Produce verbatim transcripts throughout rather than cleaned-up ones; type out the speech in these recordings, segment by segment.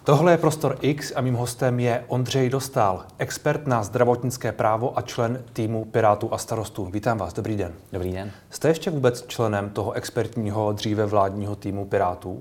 Tohle je Prostor X a mým hostem je Ondřej Dostál, expert na zdravotnické právo a člen týmu Pirátů a Starostů. Vítám vás, dobrý den. Dobrý den. Jste ještě vůbec členem toho expertního, dříve vládního týmu Pirátů?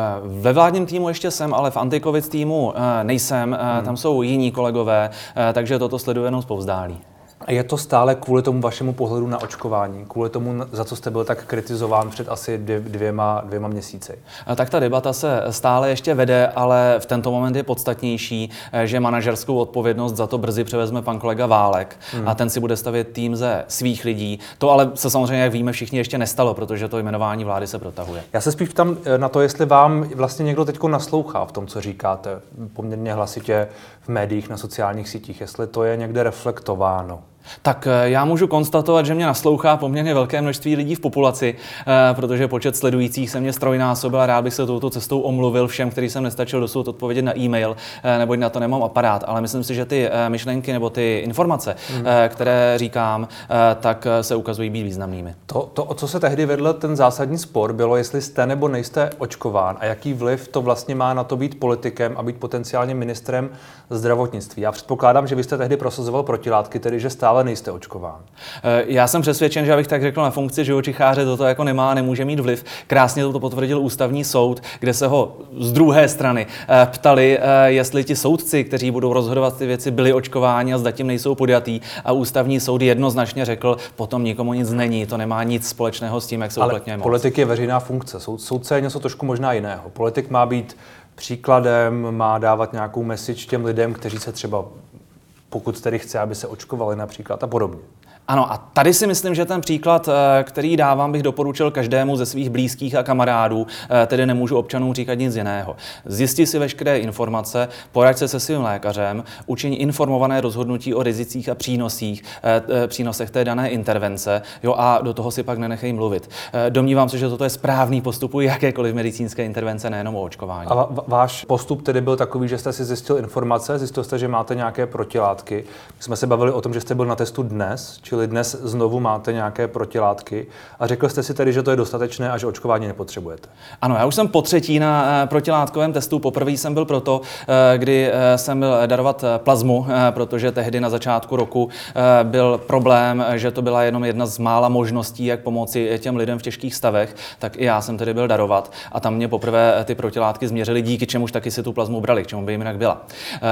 Ve vládním týmu ještě jsem, ale v anti-covid týmu nejsem. Hmm. Tam jsou jiní kolegové, takže toto sleduju jenom zpovzdálí. A je to stále kvůli tomu vašemu pohledu na očkování? Kvůli tomu, za co jste byl tak kritizován před asi dvě, dvěma, dvěma měsíci? Tak ta debata se stále ještě vede, ale v tento moment je podstatnější, že manažerskou odpovědnost za to brzy převezme pan kolega Válek hmm. a ten si bude stavět tým ze svých lidí. To ale se samozřejmě, jak víme, všichni ještě nestalo, protože to jmenování vlády se protahuje. Já se spíš ptám na to, jestli vám vlastně někdo teď naslouchá v tom, co říkáte, poměrně hlasitě v médiích, na sociálních sítích, jestli to je někde reflektováno. Tak já můžu konstatovat, že mě naslouchá poměrně velké množství lidí v populaci, protože počet sledujících se mě strojnásobil a rád bych se touto cestou omluvil všem, který jsem nestačil dosud odpovědět na e-mail, neboť na to nemám aparát, ale myslím si, že ty myšlenky nebo ty informace, hmm. které říkám, tak se ukazují být významnými. To, to, o co se tehdy vedl ten zásadní spor, bylo, jestli jste nebo nejste očkován a jaký vliv to vlastně má na to být politikem a být potenciálně ministrem zdravotnictví. Já předpokládám, že vy jste tehdy prosazoval protilátky, tedy že stále nejste očkován. Já jsem přesvědčen, že abych tak řekl na funkci živočicháře, toto jako nemá, nemůže mít vliv. Krásně to potvrdil ústavní soud, kde se ho z druhé strany ptali, jestli ti soudci, kteří budou rozhodovat ty věci, byli očkováni a zda tím nejsou podjatý. A ústavní soud jednoznačně řekl, potom nikomu nic není, to nemá nic společného s tím, jak se uplatňuje moc. Politik je veřejná funkce, Soud, soudce je něco trošku možná jiného. Politik má být příkladem, má dávat nějakou message těm lidem, kteří se třeba, pokud tedy chce, aby se očkovali například a podobně. Ano, a tady si myslím, že ten příklad, který dávám, bych doporučil každému ze svých blízkých a kamarádů, tedy nemůžu občanům říkat nic jiného. Zjistí si veškeré informace, poraď se se svým lékařem, učiň informované rozhodnutí o rizicích a přínosích, přínosech té dané intervence, jo, a do toho si pak nenechej mluvit. Domnívám se, že toto je správný postup u jakékoliv medicínské intervence, nejenom o očkování. A váš postup tedy byl takový, že jste si zjistil informace, zjistil jste, že máte nějaké protilátky. My jsme se bavili o tom, že jste byl na testu dnes, čili dnes znovu máte nějaké protilátky a řekl jste si tedy, že to je dostatečné a že očkování nepotřebujete. Ano, já už jsem po třetí na protilátkovém testu. Poprvé jsem byl proto, kdy jsem byl darovat plazmu, protože tehdy na začátku roku byl problém, že to byla jenom jedna z mála možností, jak pomoci těm lidem v těžkých stavech, tak i já jsem tedy byl darovat a tam mě poprvé ty protilátky změřily, díky čemuž taky si tu plazmu brali, k čemu by jim jinak byla.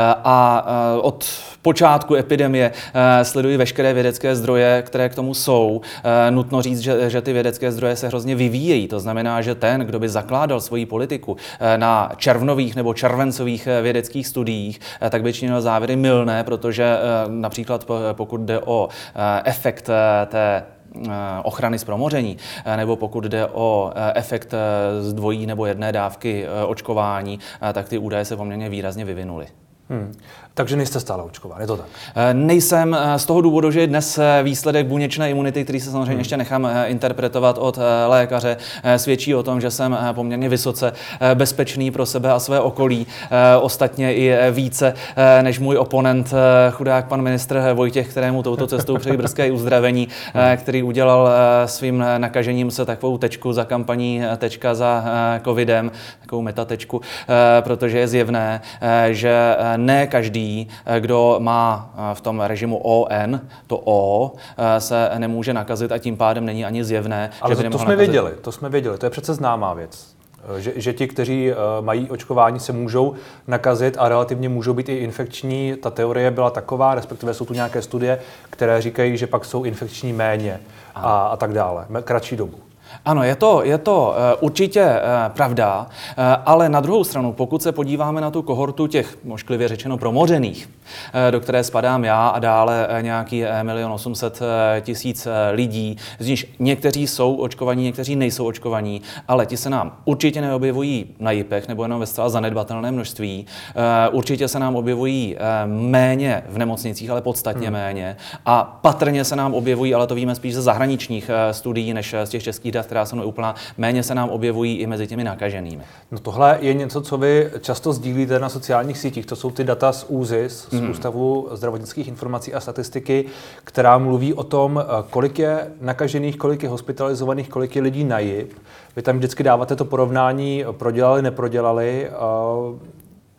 A od počátku epidemie sleduji veškeré vědecké zdroje, které k tomu jsou. E, nutno říct, že, že ty vědecké zdroje se hrozně vyvíjejí. To znamená, že ten, kdo by zakládal svoji politiku e, na červnových nebo červencových vědeckých studiích, e, tak by činil závěry mylné, protože e, například pokud jde o e, efekt e, té ochrany z promoření, nebo pokud jde o efekt z dvojí nebo jedné dávky očkování, tak ty údaje se poměrně výrazně vyvinuly. Hmm. Takže nejste stále očkován, je to tak? Nejsem z toho důvodu, že dnes výsledek buněčné imunity, který se samozřejmě hmm. ještě nechám interpretovat od lékaře, svědčí o tom, že jsem poměrně vysoce bezpečný pro sebe a své okolí. Ostatně i více než můj oponent, chudák pan ministr Vojtěch, kterému touto cestou přeji brzké uzdravení, který udělal svým nakažením se takovou tečku za kampaní tečka za covidem, takovou metatečku, protože je zjevné, že ne každý, kdo má v tom režimu O N, to O, se nemůže nakazit a tím pádem není ani zjevné, ale že by to jsme nakazit. věděli, to jsme věděli, to je přece známá věc. Že, že ti, kteří mají očkování, se můžou nakazit a relativně můžou být i infekční. Ta teorie byla taková, respektive jsou tu nějaké studie, které říkají, že pak jsou infekční méně a, a tak dále, kratší dobu. Ano, je to, je to uh, určitě uh, pravda, uh, ale na druhou stranu, pokud se podíváme na tu kohortu těch, možklivě řečeno, promořených, uh, do které spadám já a dále uh, nějaký uh, milion osm set tisíc uh, lidí, z nich někteří jsou očkovaní, někteří nejsou očkovaní, ale ti se nám určitě neobjevují na jipech nebo jenom ve zcela zanedbatelném množství. Uh, určitě se nám objevují uh, méně v nemocnicích, ale podstatně hmm. méně. A patrně se nám objevují, ale to víme spíš ze zahraničních uh, studií, než z těch českých dat, která jsou neúplná, méně se nám objevují i mezi těmi nakaženými. No tohle je něco, co vy často sdílíte na sociálních sítích. To jsou ty data z ÚZIS, z mm. Ústavu zdravotnických informací a statistiky, která mluví o tom, kolik je nakažených, kolik je hospitalizovaných, kolik je lidí na jip. Vy tam vždycky dáváte to porovnání, prodělali, neprodělali.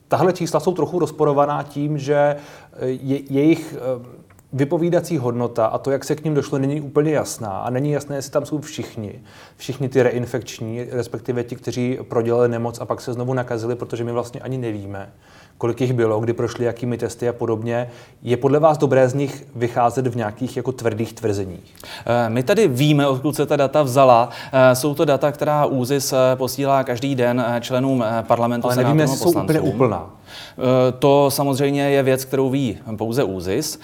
tahle čísla jsou trochu rozporovaná tím, že je, jejich vypovídací hodnota a to, jak se k ním došlo, není úplně jasná a není jasné, jestli tam jsou všichni, všichni ty reinfekční, respektive ti, kteří prodělali nemoc a pak se znovu nakazili, protože my vlastně ani nevíme, kolik jich bylo, kdy prošli jakými testy a podobně. Je podle vás dobré z nich vycházet v nějakých jako tvrdých tvrzeních? My tady víme, odkud se ta data vzala. Jsou to data, která ÚZIS posílá každý den členům parlamentu, ale senátorům a nevíme, jestli jsou úplně úplná. To samozřejmě je věc, kterou ví pouze ÚZIS.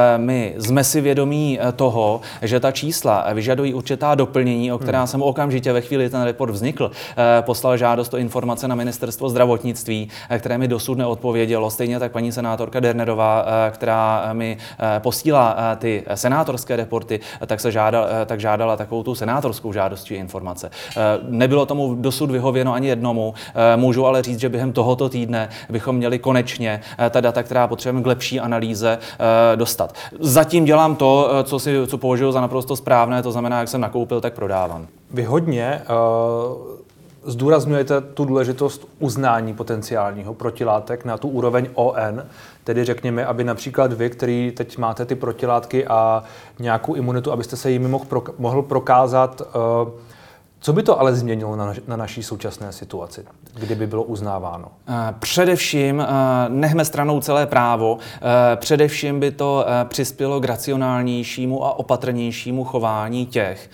My jsme si vědomí toho, že ta čísla vyžadují určitá doplnění, o která hmm. jsem okamžitě ve chvíli ten report vznikl, poslal žádost o informace na ministerstvo zdravotnictví, které mi dosud neodpovědělo. Stejně tak paní senátorka Dernerová, která mi posílá ty senátorské reporty, tak se žádala, tak žádala takovou tu senátorskou žádostí informace. Nebylo tomu dosud vyhověno ani jednomu. Můžu ale říct, že během tohoto týdne bychom měli konečně ta data, která potřebujeme k lepší analýze, dostat. Zatím dělám to, co si co považuji za naprosto správné, to znamená, jak jsem nakoupil, tak prodávám. Vy hodně uh, zdůrazňujete tu důležitost uznání potenciálního protilátek na tu úroveň O N, tedy řekněme, aby například vy, který teď máte ty protilátky a nějakou imunitu, abyste se jimi mohl, proka- mohl prokázat. Uh, Co by to ale změnilo na, naš, na naší současné situaci, kdyby bylo uznáváno? Především, nechme stranou celé právo, především by to přispělo k racionálnějšímu a opatrnějšímu chování těch,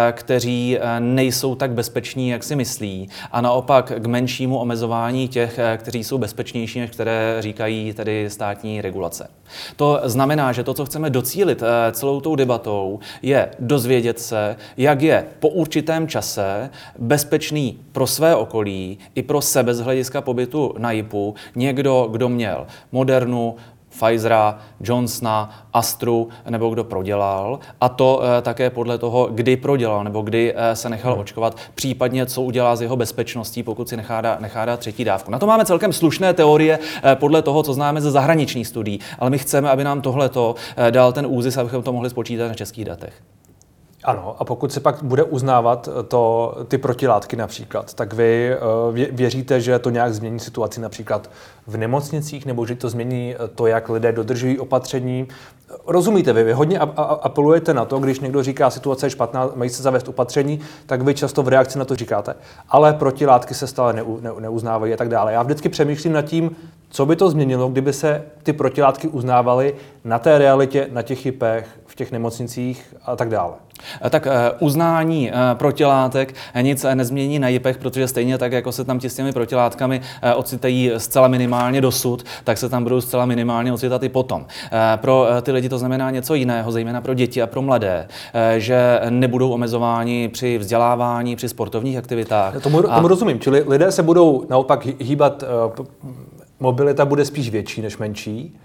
kteří nejsou tak bezpeční, jak si myslí, a naopak k menšímu omezování těch, kteří jsou bezpečnější, než které říkají tedy státní regulace. To znamená, že to, co chceme docílit celou tou debatou, je dozvědět se, jak je po určitém čase bezpečný pro své okolí i pro sebe z hlediska pobytu na J I P u někdo, kdo měl Modernu, Pfizera, Johnsona, Astru nebo kdo prodělal, a to e, také podle toho, kdy prodělal nebo kdy e, se nechal hmm. očkovat, případně co udělá s jeho bezpečností, pokud si nechá, dá, nechá dát třetí dávku. Na to máme celkem slušné teorie e, podle toho, co známe ze zahraničních studií, ale my chceme, aby nám tohleto e, dal ten ÚZIS, abychom to mohli spočítat na českých datech. Ano, a pokud se pak bude uznávat to, ty protilátky například, tak vy věříte, že to nějak změní situaci například v nemocnicích, nebo že to změní to, jak lidé dodržují opatření? Rozumíte vy, vy hodně apelujete na to, když někdo říká, situace je špatná, mají se zavést opatření, tak vy často v reakci na to říkáte, ale protilátky se stále neu, ne, neuznávají a tak dále. Já vždycky přemýšlím nad tím, co by to změnilo, kdyby se ty protilátky uznávaly na té realitě, na těch chybech, v těch nemocnicích a tak dále. Tak uznání protilátek nic nezmění na jipech, protože stejně tak, jako se tam ti s těmi protilátkami ocitají zcela minimálně dosud, tak se tam budou zcela minimálně ocitat i potom. Pro ty lidi to znamená něco jiného, zejména pro děti a pro mladé, že nebudou omezováni při vzdělávání, při sportovních aktivitách. Tomu, tomu a... rozumím, čili lidé se budou naopak hýbat, mobilita bude spíš větší než menší.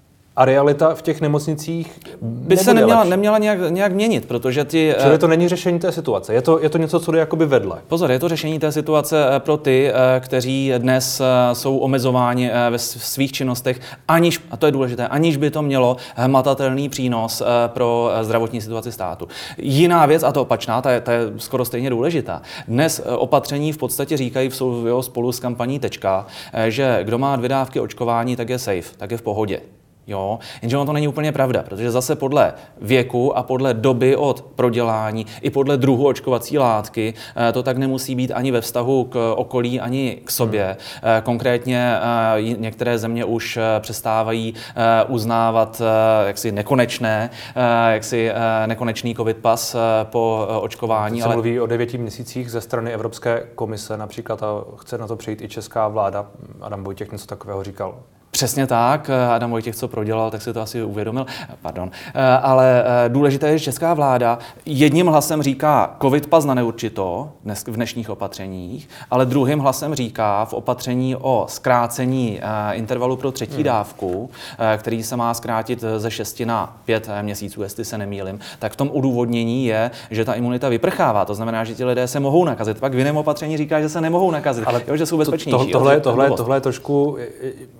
A realita v těch nemocnicích by se neměla, neměla nějak, nějak měnit, protože ti... Čili to není řešení té situace, je to, je to něco, co jde jakoby vedle. Pozor, je to řešení té situace pro ty, kteří dnes jsou omezováni ve svých činnostech, aniž, a to je důležité, aniž by to mělo hmatatelný přínos pro zdravotní situaci státu. Jiná věc, a to opačná, ta je, ta je skoro stejně důležitá. Dnes opatření v podstatě říkají v souvislosti spolu s kampaní Tečka, že kdo má dvě dávky očkování, tak je safe, tak je v pohodě. Jo, jenže ono to není úplně pravda, protože zase podle věku a podle doby od prodělání i podle druhu očkovací látky to tak nemusí být ani ve vztahu k okolí, ani k sobě. Hmm. Konkrétně některé země už přestávají uznávat jaksi nekonečné, jaksi nekonečný covid pas po očkování. Se ale... mluví o devěti měsících ze strany Evropské komise například a chce na to přejít i česká vláda. Adam Vojtěch něco takového říkal. Přesně tak, Adam Vojtěch, co prodělal, tak si to asi uvědomil, pardon. Ale důležité je, že česká vláda jedním hlasem říká covid pas na neurčito dnes, v dnešních opatřeních, ale druhým hlasem říká v opatření o zkrácení intervalu pro třetí hmm. dávku, který se má zkrátit ze šesti na pět měsíců, jestli se nemýlim, tak v tom odůvodnění je, že ta imunita vyprchává. To znamená, že ti lidé se mohou nakazit. Pak v jiném opatření říká, že se nemohou nakazit, ale jo, že jsou bezpečnější. To, tohle, tohle, tohle je trošku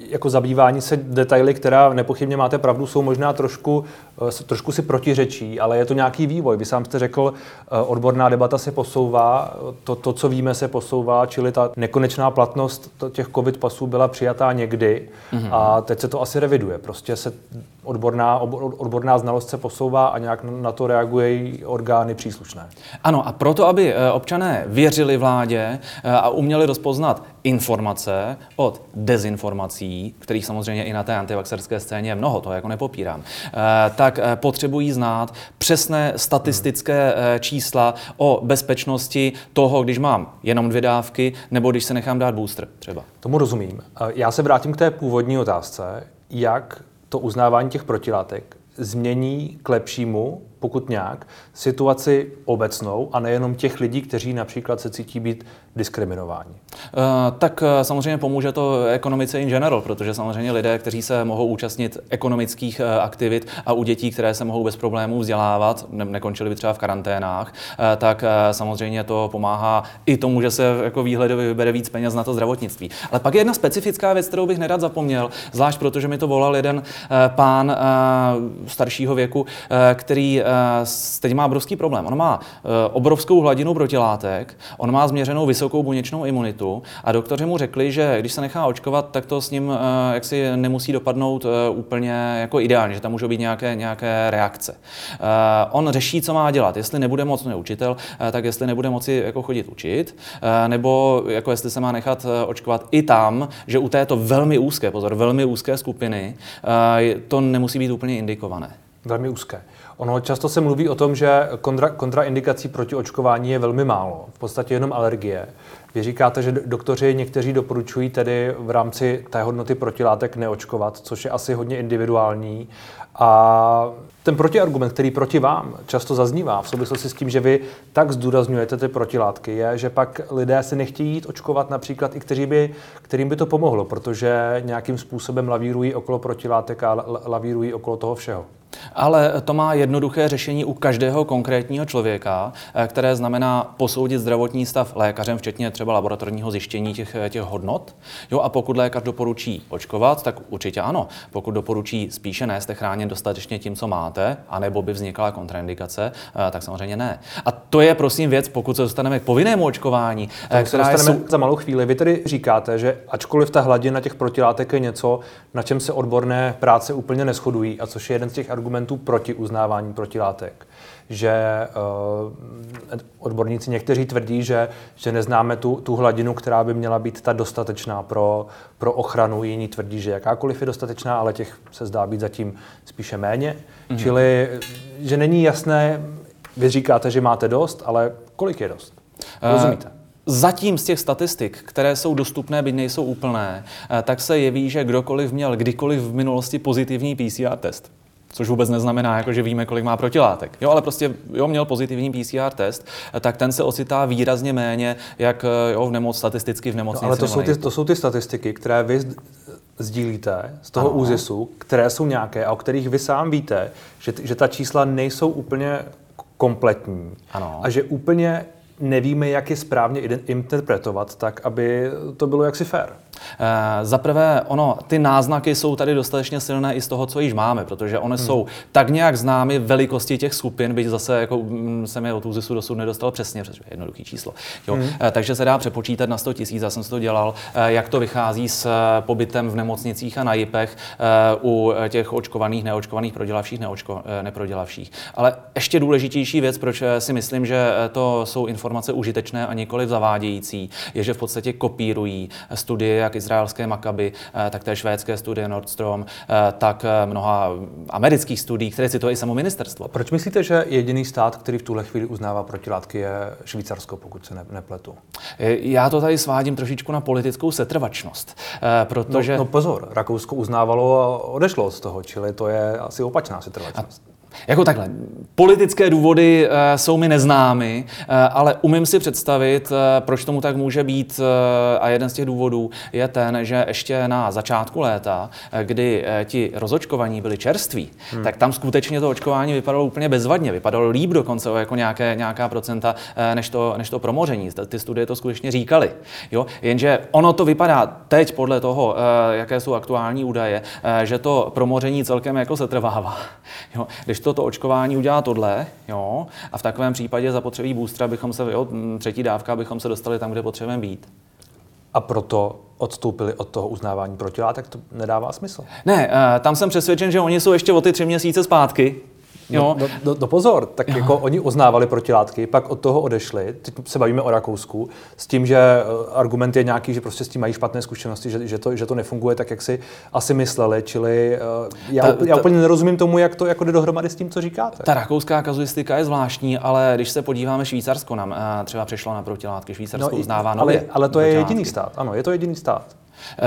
jako zabývání se detaily, která nepochybně máte pravdu, jsou možná trošku, trošku si protiřečí, ale je to nějaký vývoj. Vy sám jste řekl, odborná debata se posouvá, to, to co víme, se posouvá, čili ta nekonečná platnost těch covid pasů byla přijatá někdy mm-hmm. a teď se to asi reviduje. Prostě se odborná, odborná znalost se posouvá a nějak na to reagují orgány příslušné. Ano, a proto, aby občané věřili vládě a uměli rozpoznat informace od dezinformací, kterých samozřejmě i na té antivaxerské scéně je mnoho, to jako nepopírám, tak potřebují znát přesné statistické čísla o bezpečnosti toho, když mám jenom dvě dávky, nebo když se nechám dát booster třeba. Tomu rozumím. Já se vrátím k té původní otázce, jak to uznávání těch protilátek změní k lepšímu, pokud nějak, situaci obecnou a nejenom těch lidí, kteří například se cítí být diskriminováni. Uh, tak uh, samozřejmě pomůže to ekonomice in general, protože samozřejmě lidé, kteří se mohou účastnit ekonomických uh, aktivit a u dětí, které se mohou bez problémů vzdělávat, ne- nekončili by třeba v karanténách, uh, tak uh, samozřejmě to pomáhá i tomu, že se jako výhledově vybere víc peněz na to zdravotnictví. Ale pak je jedna specifická věc, kterou bych nerad zapomněl, zvlášť protože mi to volal jeden uh, pán uh, staršího věku, uh, který uh, teď má obrovský problém. On má uh, obrovskou hladinu protilátek, on má změřenou vysokou buněčnou imunitu a doktoři mu řekli, že když se nechá očkovat, tak to s ním uh, jaksi nemusí dopadnout uh, úplně jako ideálně, že tam můžou být nějaké, nějaké reakce. Uh, on řeší, co má dělat. Jestli nebude moc učitel, uh, tak jestli nebude moci jako chodit učit, uh, nebo jako jestli se má nechat uh, očkovat i tam, že u této velmi úzké, pozor, velmi úzké skupiny uh, to nemusí být úplně indikované. Velmi úzké. Ono často se mluví o tom, že kontra, kontraindikací proti očkování je velmi málo, v podstatě jenom alergie. Vy říkáte, že doktoři někteří doporučují tedy v rámci té hodnoty protilátek neočkovat, což je asi hodně individuální. A ten protiargument, který proti vám často zaznívá v souvislosti s tím, že vy tak zdůrazňujete ty protilátky, je, že pak lidé se nechtějí jít očkovat například i kteří by, kterým by to pomohlo, protože nějakým způsobem lavírují okolo protilátek a lavírují okolo toho všeho. Ale to má jednoduché řešení u každého konkrétního člověka, které znamená posoudit zdravotní stav lékařem, včetně třeba laboratorního zjištění těch, těch hodnot. Jo, a pokud lékař doporučí očkovat, tak určitě ano. Pokud doporučí spíše ne, jste chráněn dostatečně tím, co máte, anebo by vznikla kontraindikace, tak samozřejmě ne. A to je prosím věc, pokud se dostaneme k povinnému očkování, tak která se dostaneme je... za malou chvíli. Vy tedy říkáte, že ačkoliv ta hladina těch protilátek je něco, na čem se odborné práce úplně neshodují, a což je jeden z těch argumentů proti uznávání protilátek, že uh, odborníci někteří tvrdí, že, že neznáme tu, tu hladinu, která by měla být ta dostatečná pro, pro ochranu. Jiní tvrdí, že jakákoliv je dostatečná, ale těch se zdá být zatím spíše méně. Mm-hmm. Čili, že není jasné, vy říkáte, že máte dost, ale kolik je dost? Rozumíte? Uh... Zatím z těch statistik, které jsou dostupné, byť nejsou úplné, tak se jeví, že kdokoliv měl kdykoliv v minulosti pozitivní P C R test, což vůbec neznamená, jako, že víme, kolik má protilátek. Jo, ale prostě jo, měl pozitivní P C R test, tak ten se ocitá výrazně méně, jak jo, v nemoc, statisticky v nemocnici. No, ale to jsou, ty, to jsou ty statistiky, které vy sdílíte z toho ÚZISu, které jsou nějaké a o kterých vy sám víte, že, že ta čísla nejsou úplně kompletní. Ano. A že úplně nevíme, jak je správně interpretovat tak, aby to bylo jaksi fair. E, Za prvé, ono, ty náznaky jsou tady dostatečně silné i z toho, co již máme, protože one hmm. jsou tak nějak známy velikosti těch skupin, byť zase jako jsem je od ÚZISu dosud nedostal přesně, protože je jednoduchý číslo. Jo. Hmm. E, takže se dá přepočítat na sto tisíc, já jsem si to dělal, e, jak to vychází s pobytem v nemocnicích a na jipech e, u těch očkovaných, neočkovaných, prodělavších, neočko, e, neprodělavších. Ale ještě důležitější věc, proč si myslím, že to jsou informace užitečné a nikoliv zavádějící, je, že v podstatě kopírují studie jak izraelské Maccabi, tak té švédské studie Nordstrom, tak mnoha amerických studií, které cituje i samo ministerstvo. Proč myslíte, že jediný stát, který v tuhle chvíli uznává protilátky, je Švýcarsko, pokud se ne, nepletu? Já to tady svádím trošičku na politickou setrvačnost, protože... No, no pozor, Rakousko uznávalo a odešlo od toho, čili to je asi opačná setrvačnost. A... Jako takhle, politické důvody e, jsou mi neznámy, e, ale umím si představit, e, proč tomu tak může být e, a jeden z těch důvodů je ten, že ještě na začátku léta, e, kdy e, ti rozočkovaní byli čerství, hmm. tak tam skutečně to očkování vypadalo úplně bezvadně, vypadalo líp dokonce o jako nějaké, nějaká procenta e, než, to, než to promoření. Ty studie to skutečně říkaly. Jo? Jenže ono to vypadá teď podle toho, e, jaké jsou aktuální údaje, e, že to promoření celkem jako setrvává. Jo? Když to, to očkování udělá tohle, jo, a v takovém případě zapotřebí boostera, bychom se, jo, třetí dávka, abychom se dostali tam, kde potřebujeme být. A proto odstoupili od toho uznávání protilátek, to nedává smysl. Ne, tam jsem přesvědčen, že oni jsou ještě o ty tři měsíce zpátky. Jo. No, no, no pozor, tak jo. Jako oni uznávali protilátky, pak od toho odešli, teď se bavíme o Rakousku, s tím, že argument je nějaký, že prostě s tím mají špatné zkušenosti, že, že, to, že to nefunguje tak, jak si asi mysleli, čili já, ta, já úplně ta, nerozumím tomu, jak to jako jde dohromady s tím, co říkáte. Ta rakouská kazuistika je zvláštní, ale když se podíváme, Švýcarsko nám třeba přešlo na protilátky, Švýcarsko no, uznává nově. Ale, ale to je jediný stát, ano, je to jediný stát.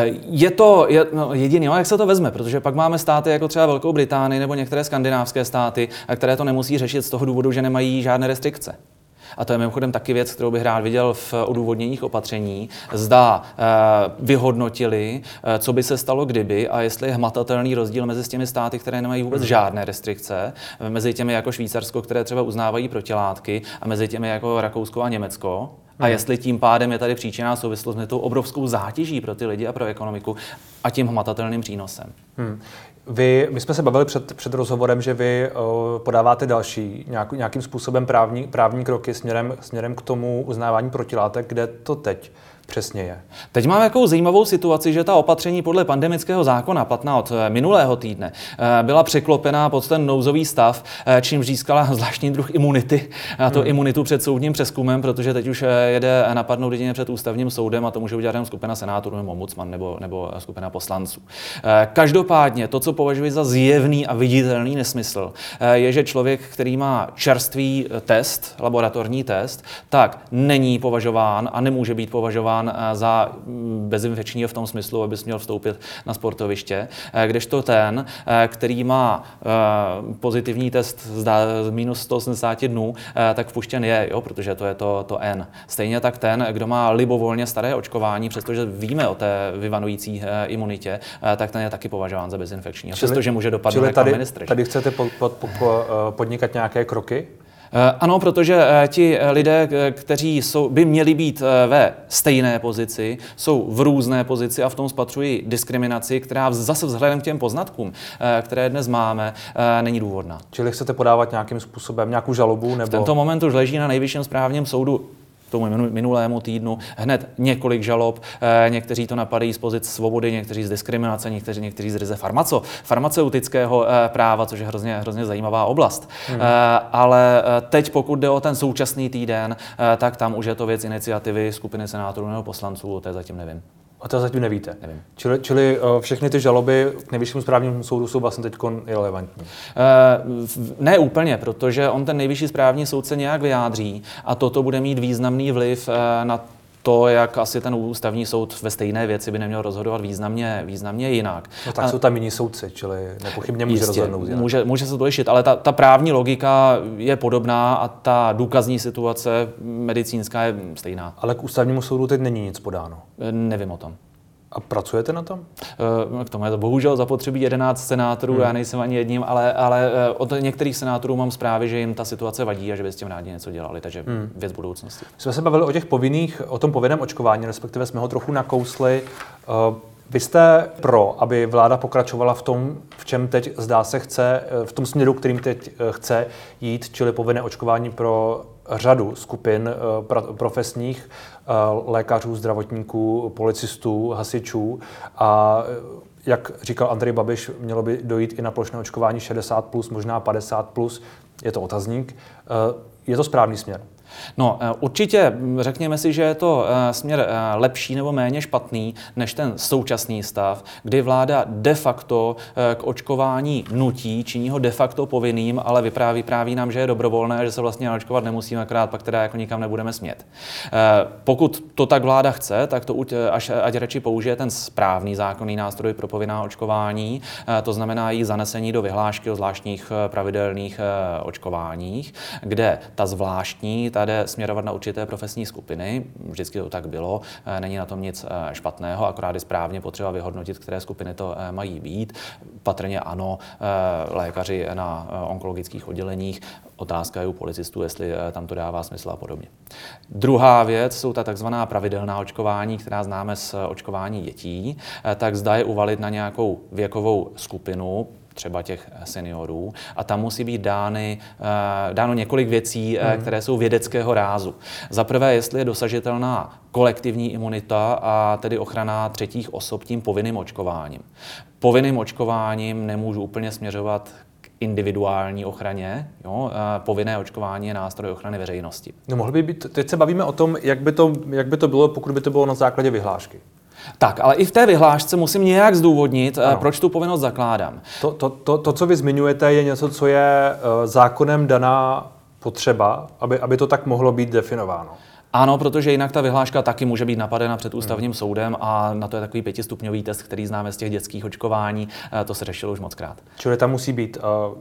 Je to je, no, jediný, no, jak se to vezme, protože pak máme státy jako třeba Velkou Británii nebo některé skandinávské státy, které to nemusí řešit z toho důvodu, že nemají žádné restrikce. A to je mimochodem taky věc, kterou bych rád viděl v odůvodněních opatření. Zda eh, vyhodnotili, eh, co by se stalo kdyby a jestli je hmatatelný rozdíl mezi těmi státy, které nemají vůbec žádné restrikce, mezi těmi jako Švýcarsko, které třeba uznávají protilátky, a mezi těmi jako Rakousko a Německo. A jestli tím pádem je tady příčinná souvislost mezi tou obrovskou zátěží pro ty lidi a pro ekonomiku a tím hmatatelným přínosem. Hmm. Vy, my jsme se bavili před, před rozhovorem, že vy uh, podáváte další nějak, nějakým způsobem právní, právní kroky směrem, směrem k tomu uznávání protilátek, kde to teď přesně je. Teď máme takovou zajímavou situaci, že ta opatření podle pandemického zákona, platná od minulého týdne, byla překlopená pod ten nouzový stav, čím získala zvláštní druh imunity, a to hmm. imunitu před soudním přezkumem, protože teď už jede napadnout jedině před ústavním soudem a to může udělat jen skupina senátorů nebo ombudsman nebo, nebo skupina poslanců. Každopádně to, co považuji za zjevný a viditelný nesmysl, je, že člověk, který má čerstvý test, laboratorní test, tak není považován a nemůže být považován za bezinfekčního v tom smyslu, aby měl vstoupit na sportoviště, kdežto ten, který má pozitivní test z minus sto osmdesát dnů, tak vpuštěn je, jo, protože to je to, to N. Stejně tak ten, kdo má libovolně staré očkování, přestože víme o té vyvanující imunitě, tak ten je taky považován za bezinfekční, přestože může dopadnout jako ministr. Tady chcete pod, pod, pod, podnikat nějaké kroky? Ano, protože ti lidé, kteří jsou, by měli být ve stejné pozici, jsou v různé pozici a v tom spatřují diskriminaci, která zase vzhledem k těm poznatkům, které dnes máme, není důvodná. Čili chcete podávat nějakým způsobem nějakou žalobu? Nebo... V tento moment už leží na Nejvyšším správním soudu tomu minulému týdnu hned několik žalob. Někteří to napadají z pozic svobody, někteří z diskriminace, někteří, někteří z ryze farmaco, farmaceutického práva, což je hrozně, hrozně zajímavá oblast. Hmm. Ale teď, pokud jde o ten současný týden, tak tam už je to věc iniciativy skupiny senátorů nebo poslanců, o té zatím nevím. A to zatím nevíte? Nevím. Čili, čili uh, všechny ty žaloby k Nejvyššímu správnímu soudu jsou vlastně teď irelevantní? Uh, ne úplně, protože on ten Nejvyšší správní soud se nějak vyjádří a toto bude mít významný vliv uh, na to, jak asi ten ústavní soud ve stejné věci by neměl rozhodovat významně, významně jinak. No tak a, jsou tam jiní soudci, čili nepochybně může jistě, rozhodnout. Může, může se to lišit, ale ta, ta právní logika je podobná a ta důkazní situace medicínská je stejná. Ale k ústavnímu soudu teď není nic podáno? Nevím o tom. A pracujete na tom? K tomu je to bohužel zapotřebí jedenáct senátorů, hmm. já nejsem ani jedním, ale, ale od některých senátorů mám zprávy, že jim ta situace vadí a že by s tím rádi něco dělali, takže hmm. věc budoucnosti. My jsme se bavili o těch povinných, o tom povinném očkování, respektive jsme ho trochu nakousli. Vy jste pro, aby vláda pokračovala v tom, v čem teď zdá se chce, v tom směru, kterým teď chce jít, čili povinné očkování pro řadu skupin profesních, lékařů, zdravotníků, policistů, hasičů a jak říkal Andrej Babiš, mělo by dojít i na plošné očkování šedesát plus, možná padesát plus, je to otazník. Je to správný směr? No, určitě řekněme si, že je to směr lepší nebo méně špatný než ten současný stav, kdy vláda de facto k očkování nutí, činí ho de facto povinným, ale vypráví, vypráví nám, že je dobrovolné, že se vlastně naočkovat nemusíme, akorát pak teda jako nikam nebudeme smět. Pokud to tak vláda chce, tak to až, ať radši použije ten správný zákonný nástroj pro povinná očkování, to znamená její zanesení do vyhlášky o zvláštních pravidelných očkováních, kde ta zvláštní, ta jde směrovat na určité profesní skupiny, vždycky to tak bylo, není na tom nic špatného, akorát je správně potřeba vyhodnotit, které skupiny to mají být. Patrně ano, lékaři na onkologických odděleních, otázka je u policistů, jestli tam to dává smysl a podobně. Druhá věc jsou ta takzvaná pravidelná očkování, která známe z očkování dětí, tak zda je uvalit na nějakou věkovou skupinu, třeba těch seniorů, a tam musí být dány, dáno několik věcí, hmm. které jsou vědeckého rázu. Za prvé, jestli je dosažitelná kolektivní imunita a tedy ochrana třetích osob tím povinným očkováním. Povinným očkováním nemůžu úplně směřovat k individuální ochraně. Jo? Povinné očkování je nástroj ochrany veřejnosti. No, mohl by být, teď se bavíme o tom, jak by to, jak by to bylo, pokud by to bylo na základě vyhlášky. Tak, ale i v té vyhlášce musím nějak zdůvodnit, ano. proč tu povinnost zakládám. To, to, to, to, co vy zmiňujete, je něco, co je zákonem daná potřeba, aby, aby to tak mohlo být definováno. Ano, protože jinak ta vyhláška taky může být napadena před ústavním hmm. soudem a na to je takový pětistupňový test, který známe z těch dětských očkování, to se řešilo už mockrát. Čili tam musí být,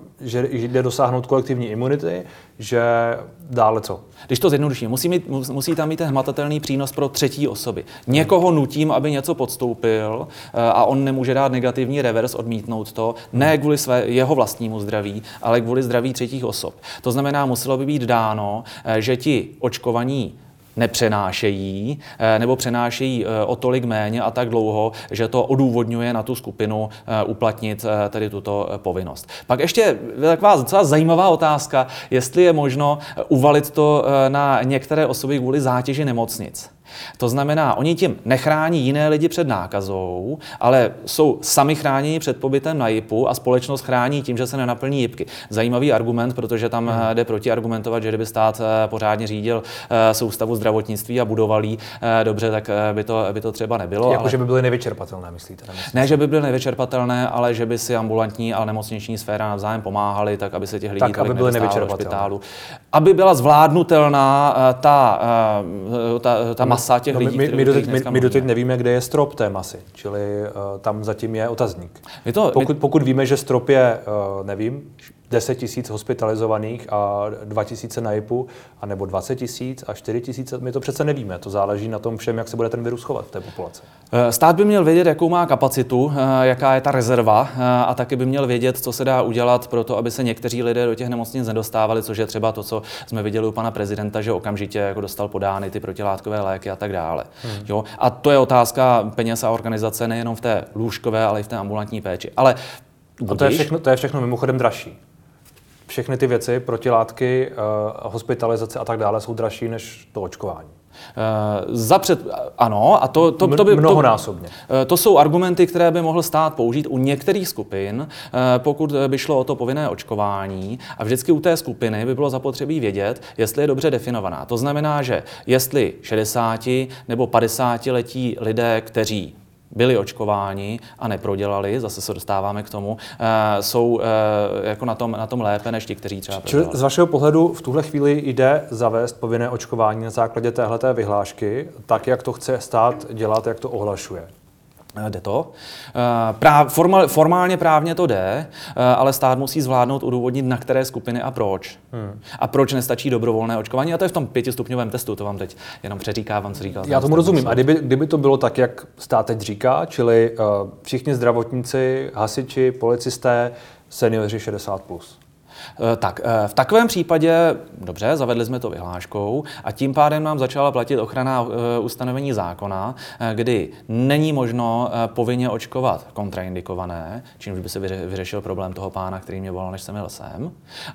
že jde dosáhnout kolektivní imunity, že dále co? Když to zjednoduším, musí, mít, musí tam mít ten hmatatelný přínos pro třetí osoby. Někoho nutím, aby něco podstoupil a on nemůže dát negativní revers, odmítnout to, ne kvůli své, jeho vlastnímu zdraví, ale kvůli zdraví třetích osob. To znamená, muselo by být dáno, že ti očkovaní nepřenášejí, nebo přenášejí o tolik méně a tak dlouho, že to odůvodňuje na tu skupinu uplatnit tedy tuto povinnost. Pak ještě taková docela zajímavá otázka, jestli je možno uvalit to na některé osoby kvůli zátěži nemocnic. To znamená, oni tím nechrání jiné lidi před nákazou, ale jsou sami chráněni před pobytem na jipu a společnost chrání tím, že se nenaplní jipky. Zajímavý argument, protože tam hmm. jde protiargumentovat, že kdyby stát pořádně řídil soustavu zdravotnictví a budoval jí dobře, tak by to, by to třeba nebylo. Jako, ale... že by byly nevyčerpatelné, myslíte? Nemyslíte? Ne, že by byly nevyčerpatelné, ale že by si ambulantní a nemocniční sféra navzájem pomáhaly, tak aby se těch lidí tak, aby byly nevyčerpatelné. Aby byla zvládnutelná ta, ta, ta masa těch no, lidí, my, my, doteď, my, my doteď nevíme, kde je strop té masy, čili uh, tam zatím je otazník. My to, pokud, my... pokud víme, že strop je, uh, nevím, deset tisíc hospitalizovaných a dva tisíce na jipu, anebo dvacet tisíc a čtyři tisíce, my to přece nevíme. To záleží na tom všem, jak se bude ten virus chovat v té populaci. Stát by měl vědět, jakou má kapacitu, jaká je ta rezerva a taky by měl vědět, co se dá udělat pro to, aby se někteří lidé do těch nemocnic nedostávali, což je třeba to, co jsme viděli u pana prezidenta, že okamžitě jako dostal podány ty protilátkové léky a tak dále. Hmm. Jo? A to je otázka peněz a organizace nejenom v té lůžkové, ale i v té ambulantní péči. Ale a to je všechno, to je všechno mimochodem dražší. Všechny ty věci, protilátky, uh, hospitalizace a tak dále jsou dražší než to očkování. Uh, zapřed, ano, a to, to, to by... Mnohonásobně. To, to jsou argumenty, které by mohl stát použít u některých skupin, uh, pokud by šlo o to povinné očkování. A vždycky u té skupiny by bylo zapotřebí vědět, jestli je dobře definovaná. To znamená, že jestli šedesáti nebo padesátiletí lidé, kteří byli očkováni a neprodělali, zase se dostáváme k tomu, uh, jsou uh, jako na tom, na tom lépe než ti, kteří třeba prodělali. Z vašeho pohledu v tuhle chvíli jde zavést povinné očkování na základě téhleté vyhlášky, tak jak to chce stát dělat, jak to ohlašuje? Jde to. Práv, formal, formálně právně to jde, ale stát musí zvládnout udůvodnit, na které skupiny a proč. Hmm. A proč nestačí dobrovolné očkování. A to je v tom pětistupňovém testu, to vám teď jenom přeříkávám, co říkal. Já tomu rozumím. Soud. A kdyby, kdyby to bylo tak, jak stát teď říká, čili uh, všichni zdravotníci, hasiči, policisté, seniori šedesát plus. Tak, v takovém případě, dobře, zavedli jsme to vyhláškou a tím pádem nám začala platit ochranná ustanovení zákona, kdy není možno povinně očkovat kontraindikované, čímž by se vyřešil problém toho pána, který mě volal, než jsem jel sem,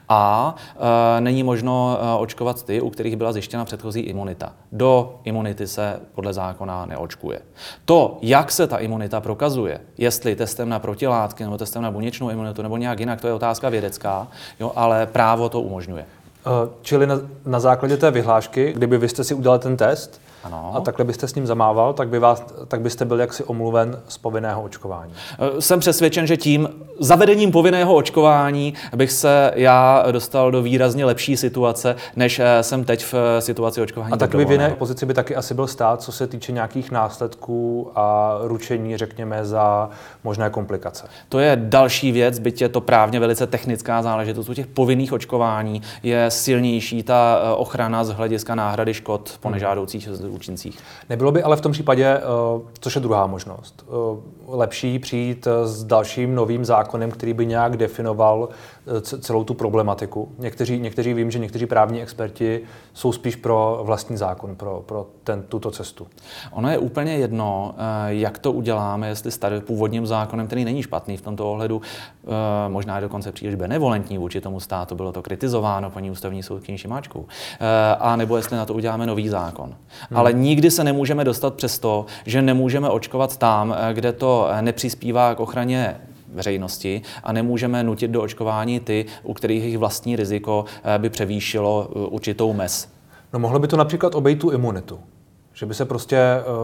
a není možno očkovat ty, u kterých byla zjištěna předchozí imunita. Do imunity se podle zákona neočkuje. To, jak se ta imunita prokazuje, jestli testem na protilátky nebo testem na buněčnou imunitu nebo nějak jinak, to je otázka vědecká. Jo, ale právo to umožňuje. Čili na, na základě té vyhlášky, kdyby vy jste si udělali ten test, ano. A takhle byste s ním zamával, tak, by vás, tak byste byl jaksi omluven z povinného očkování. Jsem přesvědčen, že tím zavedením povinného očkování bych se já dostal do výrazně lepší situace, než jsem teď v situaci očkování. A takový v jiné pozici by taky asi byl stát, co se týče nějakých následků a ručení, řekněme, za možné komplikace. To je další věc, byť je to právně velice technická záležitost. U těch povinných očkování je silnější ta ochrana z hlediska náhrady škod po nežádoucích účincích. Nebylo by ale v tom případě, což je druhá možnost, lepší přijít s dalším novým zákonem, který by nějak definoval celou tu problematiku. Někteří, někteří vím, že někteří právní experti jsou spíš pro vlastní zákon, pro, pro ten, tuto cestu. Ono je úplně jedno, jak to uděláme, jestli starým původním zákonem, který není špatný v tomto ohledu, možná je dokonce příliš benevolentní vůči tomu státu, bylo to kritizováno paní ústavní soudkyní Šimáčkou, a nebo jestli na to uděláme nový zákon. Hmm. Ale nikdy se nemůžeme dostat přes to, že nemůžeme očkovat tam, kde to nepřispívá k ochraně veřejnosti a nemůžeme nutit do očkování ty, u kterých jejich vlastní riziko by převýšilo určitou mez. No mohlo by to například obejít tu imunitu. Že by se prostě,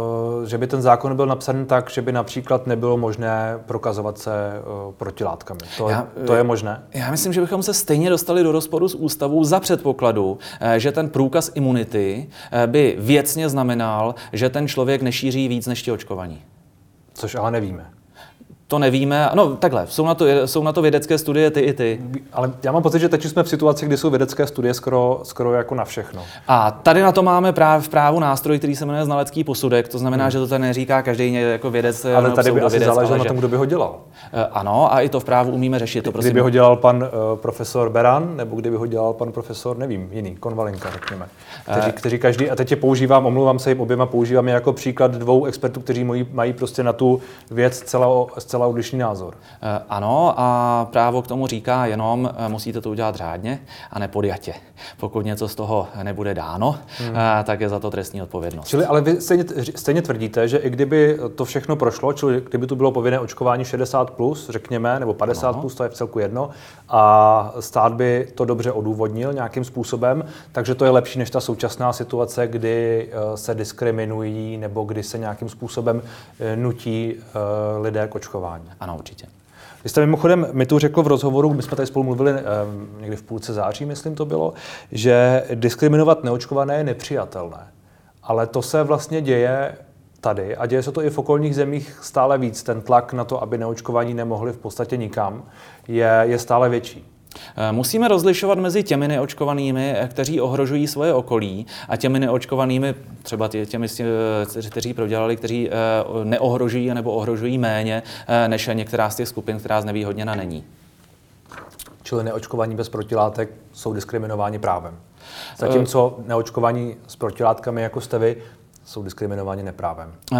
že by ten zákon byl napsaný tak, že by například nebylo možné prokazovat se protilátkami. To, já, to je možné? Já myslím, že bychom se stejně dostali do rozporu s ústavou za předpokladu, že ten průkaz imunity by věcně znamenal, že ten člověk nešíří víc než ti očkovaní. Což ale nevíme. To nevíme. No takhle, jsou na to, jsou na to vědecké studie ty i ty. Ale já mám pocit, že teď jsme v situaci, kdy jsou vědecké studie skoro, skoro jako na všechno. A tady na to máme práv, v právu nástroj, který se jmenuje znalecký posudek. To znamená, hmm. že to tady neříká každý jako vědec. Ale tady by asi záleželo na tom, kdo by ho dělal. Ano, a i to v právu umíme řešit. To prosím. Kdyby ho dělal pan uh, profesor Beran, nebo kdyby ho dělal pan profesor, nevím, jiný, Konvalinka, řekněme. Kteří, kteří každý, a teď je používám, omlouvám se jim oběma, používám je jako příklad dvou expertů, kteří mají, mají prostě na tu věc zcela, zcela odlišný názor. Ano, a právo k tomu říká jenom, musíte to udělat řádně a nepodjatě. Pokud něco z toho nebude dáno, hmm. tak je za to trestní odpovědnost. Čili ale vy stejně, stejně tvrdíte, že i kdyby to všechno prošlo, čili kdyby tu bylo povinné očkování šedesát plus, řekněme, nebo padesát plus, to je v celku jedno, a stát by to dobře odůvodnil nějakým způsobem, takže to je lepší než ta současná situace, kdy se diskriminují nebo kdy se nějakým způsobem nutí lidé k očkování. Ano, určitě. Vy jste mimochodem mi tu řekl v rozhovoru, my jsme tady spolu mluvili eh, někdy v půlce září, myslím to bylo, že diskriminovat neočkované je nepřijatelné. Ale to se vlastně děje tady a děje se to i v okolních zemích stále víc. Ten tlak na to, aby neočkovaní nemohli v podstatě nikam, je, je stále větší. Musíme rozlišovat mezi těmi neočkovanými, kteří ohrožují svoje okolí, a těmi neočkovanými, třeba těmi, kteří prodělali, kteří neohrožují nebo ohrožují méně než některá z těch skupin, která znevýhodněna není. Čili neočkovaní bez protilátek jsou diskriminováni právem. Zatímco neočkovaní s protilátkami, jako jste vy, jsou diskriminováni neprávem. Uh...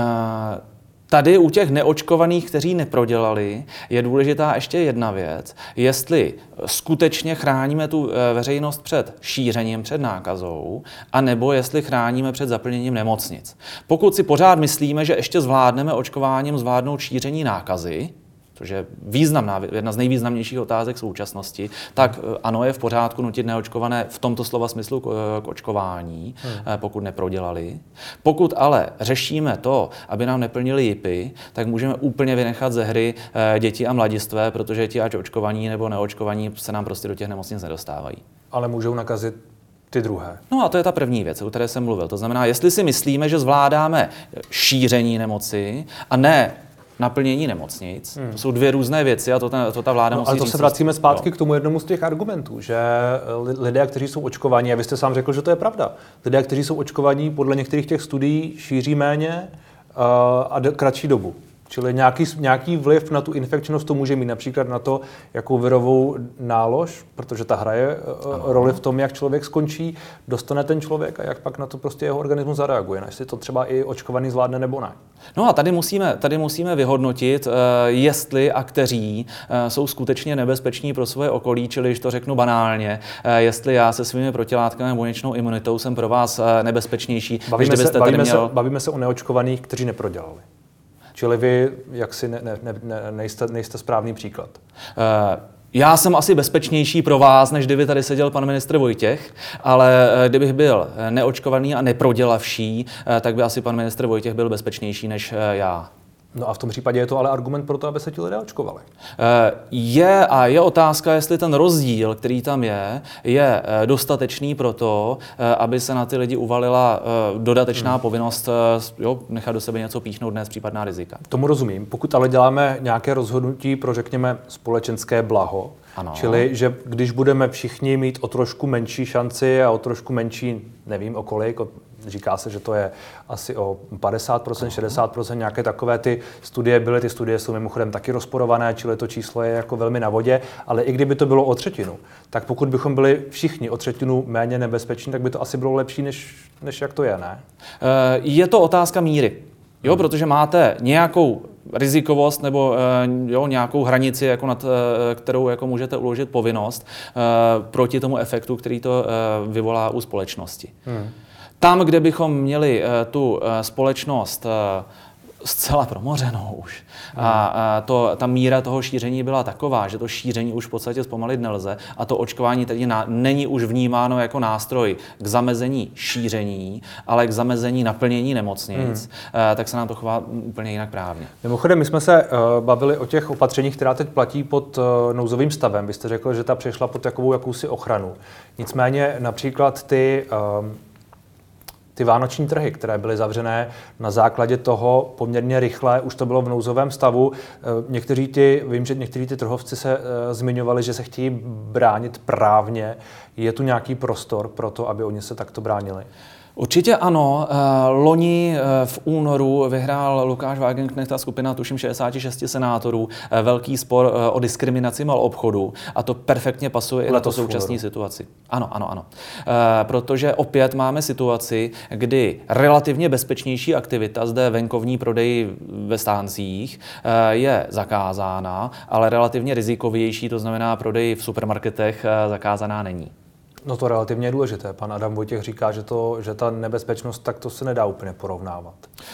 Tady u těch neočkovaných, kteří neprodělali, je důležitá ještě jedna věc. Jestli skutečně chráníme tu veřejnost před šířením, před nákazou, anebo jestli chráníme před zaplněním nemocnic. Pokud si pořád myslíme, že ještě zvládneme očkováním zvládnout šíření nákazy, což je významná, jedna z nejvýznamnějších otázek současnosti, tak ano, je v pořádku nutit neočkované v tomto slova smyslu k očkování, hmm. pokud neprodělali. Pokud ale řešíme to, aby nám neplnili jipy, tak můžeme úplně vynechat ze hry děti a mladistvé, protože ti ať očkovaní nebo neočkovaní se nám prostě do těch nemocnic nedostávají. Ale můžou nakazit ty druhé. No a to je ta první věc, o které jsem mluvil. To znamená, jestli si myslíme, že zvládáme šíření nemoci a ne naplnění nemocnic. Hmm. To jsou dvě různé věci a to, ten, to ta vláda no, musí ale to říct. se vracíme zpátky no. k tomu jednomu z těch argumentů, že lidé, kteří jsou očkovaní, a vy jste sám řekl, že to je pravda, lidé, kteří jsou očkovaní, podle některých těch studií šíří méně uh, a d- kratší dobu. Čili nějaký, nějaký vliv na tu infekčnost to může mít například na to, jakou virovou nálož, protože ta hraje ano. roli v tom, jak člověk skončí, dostane ten člověk a jak pak na to prostě jeho organismus zareaguje. Jestli to třeba i očkovaný zvládne nebo ne. No a tady musíme, tady musíme vyhodnotit, jestli a kteří jsou skutečně nebezpeční pro svoje okolí, čili, když to řeknu banálně, jestli já se svými protilátkami a buněčnou imunitou jsem pro vás nebezpečnější, bavíme než se, bavíme, tady měl... se, bavíme se o neočkovaných, kteří neprodělali. Čili vy jaksi ne, ne, ne, nejste, nejste správný příklad. Já jsem asi bezpečnější pro vás, než kdyby tady seděl pan ministr Vojtěch, ale kdybych byl neočkovaný a neprodělavší, tak by asi pan ministr Vojtěch byl bezpečnější než já. No a v tom případě je to ale argument pro to, aby se ti lidé očkovali. Je a je otázka, jestli ten rozdíl, který tam je, je dostatečný pro to, aby se na ty lidi uvalila dodatečná hmm. povinnost jo, nechat do sebe něco píchnout, dnes případná rizika. Tomu rozumím. Pokud ale děláme nějaké rozhodnutí pro, řekněme, společenské blaho, ano. Čili, že když budeme všichni mít o trošku menší šanci a o trošku menší, nevím o kolik, o, říká se, že to je asi o padesát procent, šedesát procent, nějaké takové ty studie byly, ty studie jsou mimochodem taky rozporované, čili to číslo je jako velmi na vodě, ale i kdyby to bylo o třetinu, tak pokud bychom byli všichni o třetinu méně nebezpeční, tak by to asi bylo lepší, než, než jak to je, ne? Je to otázka míry. Jo, protože máte nějakou rizikovost nebo jo, nějakou hranici, jako nad kterou jako můžete uložit povinnost proti tomu efektu, který to vyvolá u společnosti. Hmm. Tam, kde bychom měli tu společnost zcela promořenou už. Hmm. A to, ta míra toho šíření byla taková, že to šíření už v podstatě zpomalit nelze a to očkování tedy na, není už vnímáno jako nástroj k zamezení šíření, ale k zamezení naplnění nemocnic, hmm. tak se nám to chová úplně jinak právně. Mimochodem, my jsme se uh, bavili o těch opatřeních, která teď platí pod uh, nouzovým stavem. Vy jste řekl, že ta přešla pod takovou jakousi ochranu. Nicméně například ty uh, Ty vánoční trhy, které byly zavřené na základě toho poměrně rychle, už to bylo v nouzovém stavu. Někteří ty, vím, že někteří ty trhovci se uh, zmiňovali, že se chtějí bránit právně. Je tu nějaký prostor pro to, aby oni se takto bránili? Určitě ano. Loni v únoru vyhrál Lukáš Wagenknecht a skupina tuším šedesát šest senátorů velký spor o diskriminaci maloobchodu a to perfektně pasuje i na to současné situaci. Ano, ano, ano. Protože opět máme situaci, kdy relativně bezpečnější aktivita, zde venkovní prodej ve stáncích, je zakázána, ale relativně rizikovější, to znamená prodej v supermarketech, zakázaná není. No to relativně je důležité. Pan Adam Vojtěch říká, že, to, že ta nebezpečnost, tak to se nedá úplně porovnávat.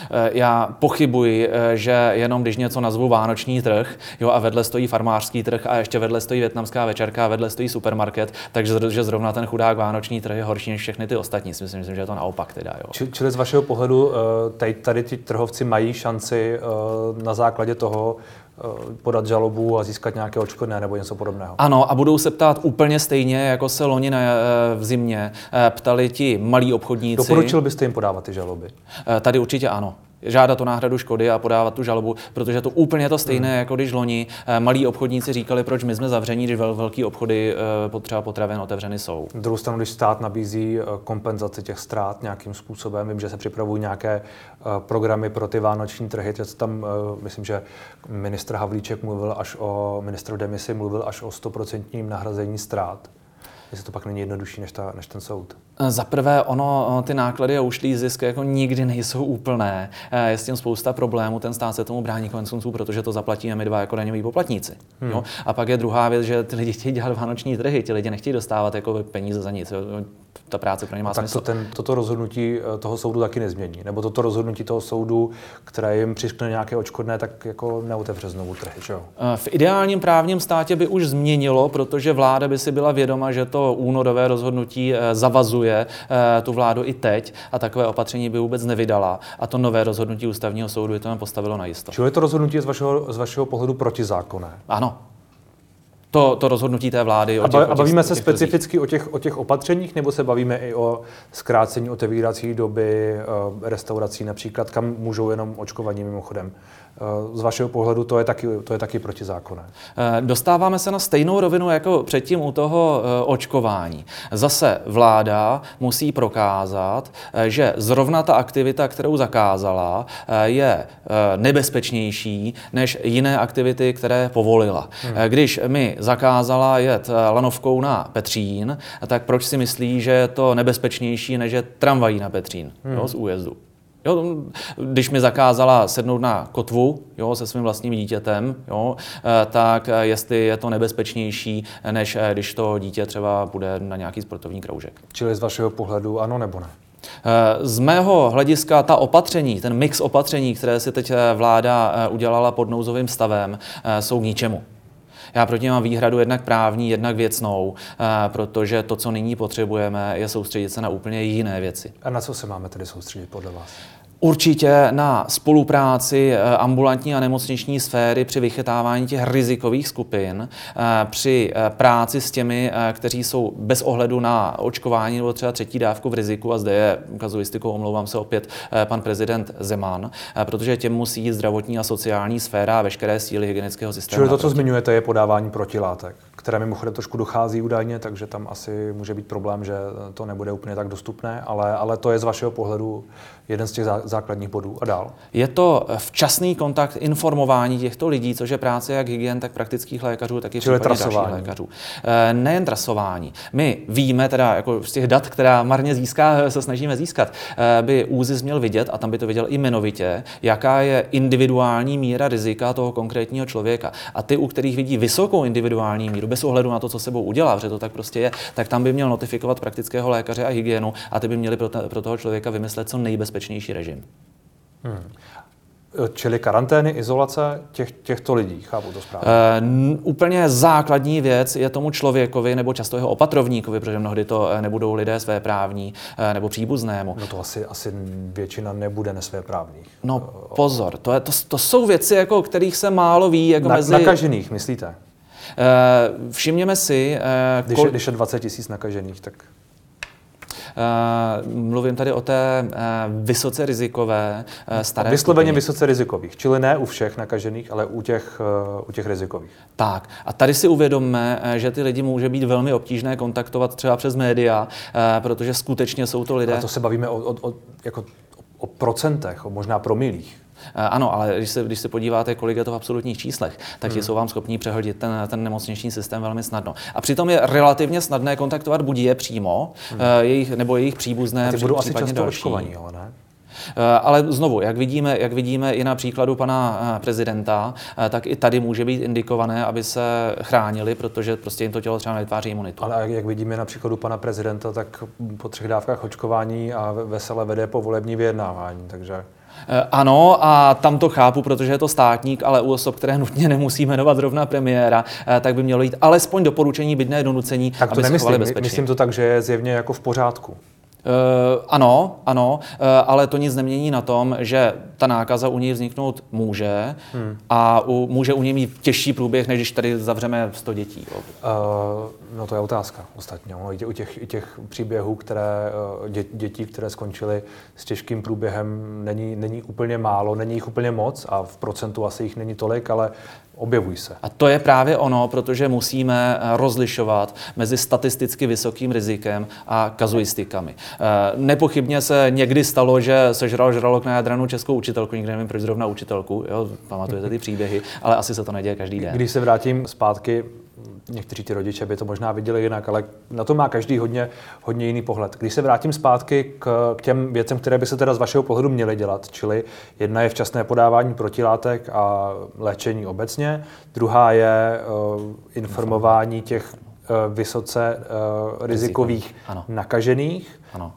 Já pochybuji, že jenom když něco nazvu vánoční trh, jo, a vedle stojí farmářský trh a ještě vedle stojí vietnamská večerka a vedle stojí supermarket, takže že zrovna ten chudák vánoční trh je horší než všechny ty ostatní. Myslím, že je to naopak teda, jo. Č- čili z vašeho pohledu tady, tady ti trhovci mají šanci na základě toho podat žalobu a získat nějaké odškodné nebo něco podobného. Ano, a budou se ptát úplně stejně, jako se loni na, v zimě ptali ti malí obchodníci. Doporučil byste jim podávat ty žaloby? Tady určitě ano. Žádat o náhradu škody a podávat tu žalobu, protože to úplně to stejné, hmm. jako když loni malí obchodníci říkali, proč my jsme zavření, když vel, velký obchody potřeba potravin otevřeny jsou. Na druhou stranu, když stát nabízí kompenzaci těch ztrát nějakým způsobem, vím, že se připravují nějaké programy pro ty vánoční trhy, tam myslím, že ministr Havlíček mluvil až o, ministr v demisi mluvil až o stoprocentním nahrazení ztrát. Jestli to pak není jednodušší než, ta, než ten soud. Za prvé, ono, ty náklady a ušlý zisk jako nikdy nejsou úplné. Je s tím spousta problémů, ten stát se tomu brání konců, protože to zaplatíme my dva jako daňoví poplatníci. Hmm. Jo? A pak je druhá věc, že ty lidi chtějí dělat vánoční trhy, ti lidi nechtějí dostávat jako peníze za nic. Ta práce pro ně má tak smysl. To ten, toto rozhodnutí toho soudu taky nezmění. Nebo toto rozhodnutí toho soudu, které jim přiškne nějaké odškodné, tak jako neotevře znovu trhy, že jo? V ideálním právním státě by už změnilo, protože vláda by si byla vědoma, že to únorové rozhodnutí zavazuje tu vládu i teď a takové opatření by vůbec nevydala. A to nové rozhodnutí ústavního soudu by to postavilo na jisto. Čili je to rozhodnutí z vašeho, z vašeho pohledu protizákonné? Ano. To, to rozhodnutí té vlády. O těch, a bavíme o těch, se specificky o těch, o těch opatřeních, nebo se bavíme i o zkrácení otevírací doby restaurací například, kam můžou jenom očkovaní mimochodem? Z vašeho pohledu to je taky, to je taky protizákonné. Dostáváme se na stejnou rovinu jako předtím u toho očkování. Zase vláda musí prokázat, že zrovna ta aktivita, kterou zakázala, je nebezpečnější než jiné aktivity, které povolila. Hmm. Když mi zakázala jet lanovkou na Petřín, tak proč si myslí, že je to nebezpečnější než je tramvají na Petřín, hmm. jo, z újezdu? Jo, když mi zakázala sednout na kotvu, jo, se svým vlastním dítětem, jo, tak jestli je to nebezpečnější, než když to dítě třeba bude na nějaký sportovní kroužek. Čili z vašeho pohledu ano nebo ne? Z mého hlediska ta opatření, ten mix opatření, které si teď vláda udělala pod nouzovým stavem, jsou k ničemu. Já proti mám výhradu jednak právní, jednak věcnou, protože to, co nyní potřebujeme, je soustředit se na úplně jiné věci. A na co se máme tedy soustředit podle vás? Určitě na spolupráci ambulantní a nemocniční sféry při vychytávání těch rizikových skupin, při práci s těmi, kteří jsou bez ohledu na očkování nebo třeba třetí dávku v riziku, a zde je kazuistikou, omlouvám se opět, pan prezident Zeman, protože těm musí jít zdravotní a sociální sféra a veškeré síly hygienického systému. Čili to, co zmiňujete, je podávání protilátek, které mimochodem trošku dochází údajně, takže tam asi může být problém, že to nebude úplně tak dostupné, ale, ale to je z vašeho pohledu jeden z těch základních bodů. A dál? Je to včasný kontakt, informování těchto lidí, což je práce jak hygien, tak praktických lékařů, tak i případně dalších lékařů. Nejen trasování. My víme, teda jako z těch dat, která marně získá, se snažíme získat, by ÚZIS měl vidět, a tam by to viděl i jmenovitě, jaká je individuální míra rizika toho konkrétního člověka. A ty, u kterých vidí vysokou individuální míru, bez ohledu na to, co sebou udělá, protože to tak prostě je, tak tam by měl notifikovat praktického lékaře a hygienu a ty by měli pro, pro toho člověka vymyslet co nejbezpečnější režim. Hmm. Čili karantény, izolace těch, těchto lidí, chápu to správně? Uh, úplně základní věc je tomu člověkovi nebo často jeho opatrovníkovi, protože mnohdy to nebudou lidé svéprávní uh, nebo příbuznému. No to asi, asi většina nebude nesvéprávných. No pozor, to, je, to, to jsou věci, jako, o kterých se málo ví. Jako Na, mezi... Nakažených, myslíte? Uh, všimněme si... Uh, když, kol... je, když je dvacet tisíc nakažených, tak... Uh, mluvím tady o té uh, vysoce rizikové uh, staré Vysloveně skupině. vysoce rizikových, čili ne u všech nakažených, ale u těch, uh, u těch rizikových. Tak a tady si uvědomme, že ty lidi může být velmi obtížné kontaktovat třeba přes média, uh, protože skutečně jsou to lidé... Ale to se bavíme o, o, o, jako o procentech, o možná promilích. Ano, ale když se, když se podíváte, kolik je to v absolutních číslech, tak ti hmm. jsou vám schopní přehodit ten, ten nemocniční systém velmi snadno. A přitom je relativně snadné kontaktovat buď je přímo, hmm. jejich, nebo jejich příbuzné, a ty budou asi případně často další. očkovaní, ale ne? Ale znovu, jak vidíme, jak vidíme i na příkladu pana prezidenta, tak i tady může být indikované, aby se chránili, protože prostě jim to tělo třeba nevytváří imunitu. Ale jak vidíme na příkladu pana prezidenta, tak po třech dávkách očkování a vesele vede povolební vyjednávání, takže... Ano, a tam to chápu, protože je to státník, ale u osob, které nutně nemusí jmenovat zrovna premiéra, tak by mělo jít alespoň doporučení, byť ne donucení, tak to aby se chovali bezpečně. Myslím to tak, že je zjevně jako v pořádku. Uh, ano, ano, uh, ale to nic nemění na tom, že ta nákaza u něj vzniknout může hmm. a u, může u něj mít těžší průběh, než když tady zavřeme sto dětí. Uh, no to je otázka ostatně. No, u těch, i těch příběhů, které, dě, dětí, které skončily s těžkým průběhem, není, není úplně málo, není jich úplně moc a v procentu asi jich není tolik, ale objevují se. A to je právě ono, protože musíme rozlišovat mezi statisticky vysokým rizikem a kazuistikami. Nepochybně se někdy stalo, že sežral žralok na jadranou českou učitelku, nikdy nevím, proč zrovna učitelku, jo, pamatujete ty příběhy, ale asi se to neděje každý den. Když se vrátím zpátky, někteří ty rodiče by to možná viděli jinak, ale na to má každý hodně, hodně jiný pohled. Když se vrátím zpátky k, k těm věcem, které by se teda z vašeho pohledu měly dělat, čili jedna je včasné podávání protilátek a léčení obecně, druhá je uh, informování těch uh, vysoce uh, rizikových ano. nakažených. Ano.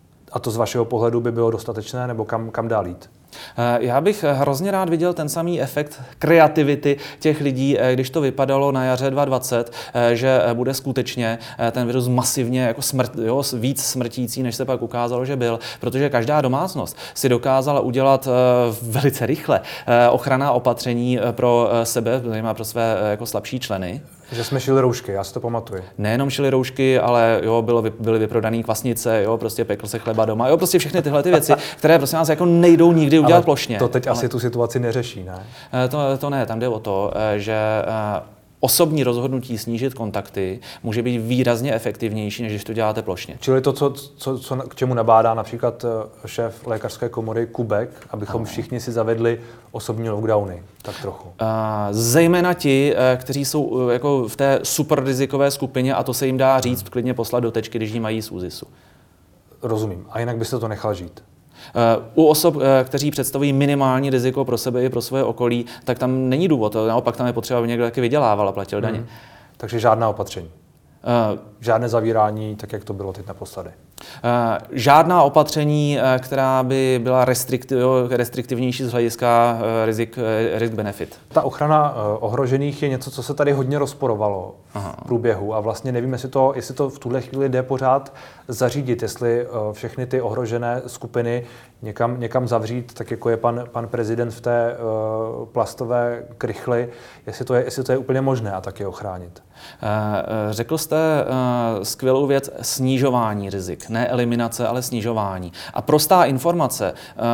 A to z vašeho pohledu by bylo dostatečné, nebo kam, kam dál jít? Já bych hrozně rád viděl ten samý efekt kreativity těch lidí, když to vypadalo na jaře dva tisíce dvacet, že bude skutečně ten virus masivně jako smrt, jo, víc smrtící, než se pak ukázalo, že byl, protože každá domácnost si dokázala udělat velice rychle ochranná opatření pro sebe, zejména pro své jako slabší členy. Že jsme šili roušky, já si to pamatuju. Nejenom šili roušky, ale jo, bylo, byly vyprodané kvasnice, jo, prostě pekl se chleba doma, jo, prostě všechny tyhle ty věci, které prostě nás jako nejdou nikdy udělat ale plošně. To teď ale... asi tu situaci neřeší, ne? To, to ne, tam jde o to, že osobní rozhodnutí snížit kontakty může být výrazně efektivnější, než když to děláte plošně. Čili to, co, co, co k čemu nabádá například šéf lékařské komory Kubek, abychom ano. všichni si zavedli osobní lockdowny, tak trochu. Zejména ti, kteří jsou jako v té super rizikové skupině, a to se jim dá říct, klidně poslat do tečky, když jí mají z ÚZISu. Rozumím. A jinak byste to nechal žít? U osob, kteří představují minimální riziko pro sebe i pro svoje okolí, tak tam není důvod. Naopak tam je potřeba, aby někdo taky vydělával a platil daně. Hmm. Takže žádná opatření? Uh, Žádné zavírání, tak jak to bylo teď naposledy? Žádná opatření, která by byla restriktiv, restriktivnější z hlediska rizik, risk-benefit. Ta ochrana ohrožených je něco, co se tady hodně rozporovalo Aha. v průběhu a vlastně nevím, jestli to, jestli to v tuhle chvíli jde pořád zařídit, jestli všechny ty ohrožené skupiny někam, někam zavřít, tak jako je pan, pan prezident v té uh, plastové krychli, jestli to, je, jestli to je úplně možné a tak je ochránit. Řekl jste uh, skvělou věc snižování rizik. Ne eliminace, ale snižování. A prostá informace.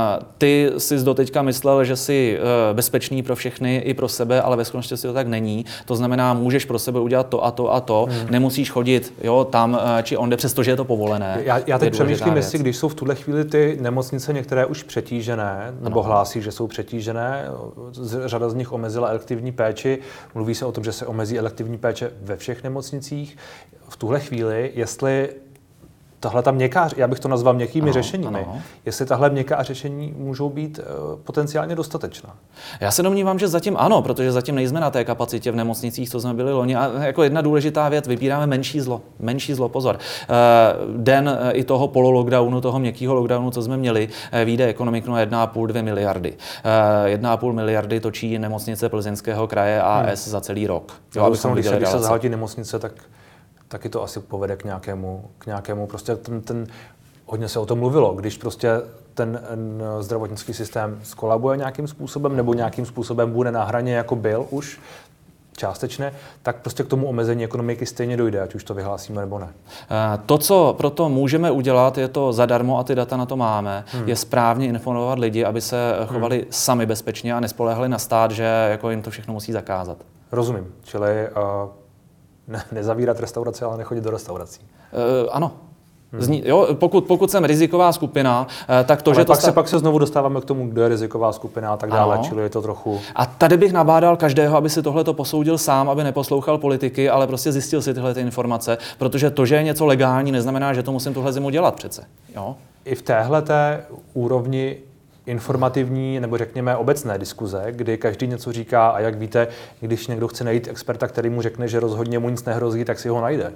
Ty jsi doteďka myslel, že jsi bezpečný pro všechny i pro sebe, ale ve skutečnosti to tak není. To znamená, můžeš pro sebe udělat to a to a to. Hmm. Nemusíš chodit jo, tam či onde, přestože je to povolené. Já, já teď přemýšlím, jestli když jsou v tuhle chvíli ty nemocnice některé už přetížené, nebo ano. hlásí, že jsou přetížené, řada z nich omezila elektivní péči. Mluví se o tom, že se omezí elektivní péče ve všech nemocnicích. V tuhle chvíli, jestli tahle ta měkká, já bych to nazval měkkými ano, řešeními. Ano. Jestli tahle měkká řešení můžou být uh, potenciálně dostatečná. Já se domnívám, že zatím ano, protože zatím nejsme na té kapacitě v nemocnicích, co jsme byli loni. A jako jedna důležitá věc, vybíráme menší zlo. Menší zlo, pozor. Uh, den uh, i toho pololockdownu, toho měkkého lockdownu, co jsme měli, uh, vyjde ekonomiku na jedna a půl, dvě miliardy. Uh, jedna a půl miliardy točí nemocnice Plzeňského kraje A S hmm. za celý rok. Jo, abychom když se, když se zahltí nemocnice, tak taky to asi povede k nějakému, k nějakému prostě ten, ten, hodně se o tom mluvilo, když prostě ten zdravotnický systém skolabuje nějakým způsobem nebo nějakým způsobem bude na hraně, jako byl už částečně, tak prostě k tomu omezení ekonomiky stejně dojde, ať už to vyhlásíme nebo ne. To, co proto můžeme udělat, je to zadarmo a ty data na to máme, hmm. je správně informovat lidi, aby se chovali hmm. sami bezpečně a nespoléhali na stát, že jako jim to všechno musí zakázat. Rozumím, čili uh, Ne, nezavírat restaurace, ale nechodit do restaurací. Uh, ano. Zní, jo, pokud, pokud jsem riziková skupina, tak to, ale že to... Pak, sta... se, pak se znovu dostáváme k tomu, kdo je riziková skupina a tak dále, ano. Čili je to trochu... A tady bych nabádal každého, aby si tohleto posoudil sám, aby neposlouchal politiky, ale prostě zjistil si tyhle ty informace, protože to, že je něco legální, neznamená, že to musím tuhle zimu dělat přece. Jo? I v téhleté úrovni informativní nebo řekněme obecné diskuze, kdy každý něco říká a jak víte, když někdo chce najít experta, který mu řekne, že rozhodně mu nic nehrozí, tak si ho najde.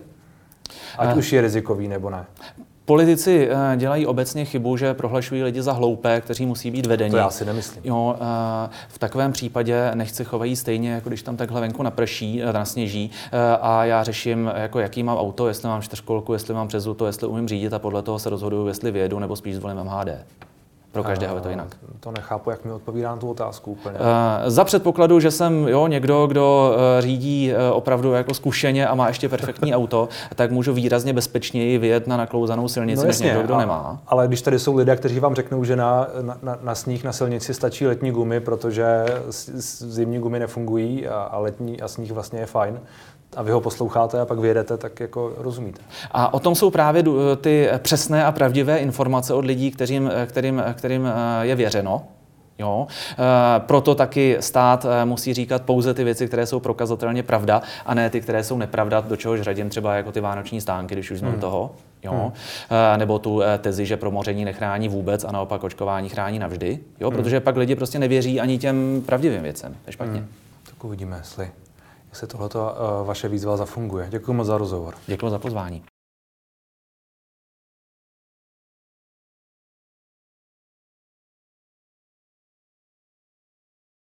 Ať uh, už je rizikový nebo ne. Politici uh, dělají obecně chybu, že prohlašují lidi za hloupé, kteří musí být vedeni. To já si nemyslím. Jo, uh, v takovém případě nechť se chovají stejně, jako když tam takhle venku naprší, uh, nasněží uh, a já řeším, jako jaký mám auto, jestli mám čtyřkolku, jestli mám přezuto, jestli umím řídit a podle toho se rozhoduju, jestli vyjedu nebo spíš zvolím M H D. Pro každého je to jinak. To nechápu, jak mi odpovídá na tu otázku úplně. Uh, za předpokladu, že jsem jo, někdo, kdo uh, řídí uh, opravdu jako zkušeně a má ještě perfektní auto, tak můžu výrazně bezpečněji vyjet na naklouzanou silnici, no než někdo, kdo a, nemá. Ale když tady jsou lidé, kteří vám řeknou, že na, na, na sníh na silnici stačí letní gumy, protože zimní gumy nefungují a, a letní a sníh vlastně je fajn, a vy ho posloucháte a pak vyjedete, tak jako rozumíte. A o tom jsou právě ty přesné a pravdivé informace od lidí, kterým, kterým, kterým je věřeno. Jo. Proto taky stát musí říkat pouze ty věci, které jsou prokazatelně pravda, a ne ty, které jsou nepravda, do čehož řadím třeba jako ty vánoční stánky, když už jsme hmm. toho. Jo. Hmm. Nebo tu tezi, že promoření nechrání vůbec a naopak očkování chrání navždy. Jo. Hmm. Protože pak lidi prostě nevěří ani těm pravdivým věcem. To je špatně. Hmm. Tak uvidíme, jestli, jestli tohleto vaše výzva zafunguje. Děkuji moc za rozhovor. Děkuji za pozvání.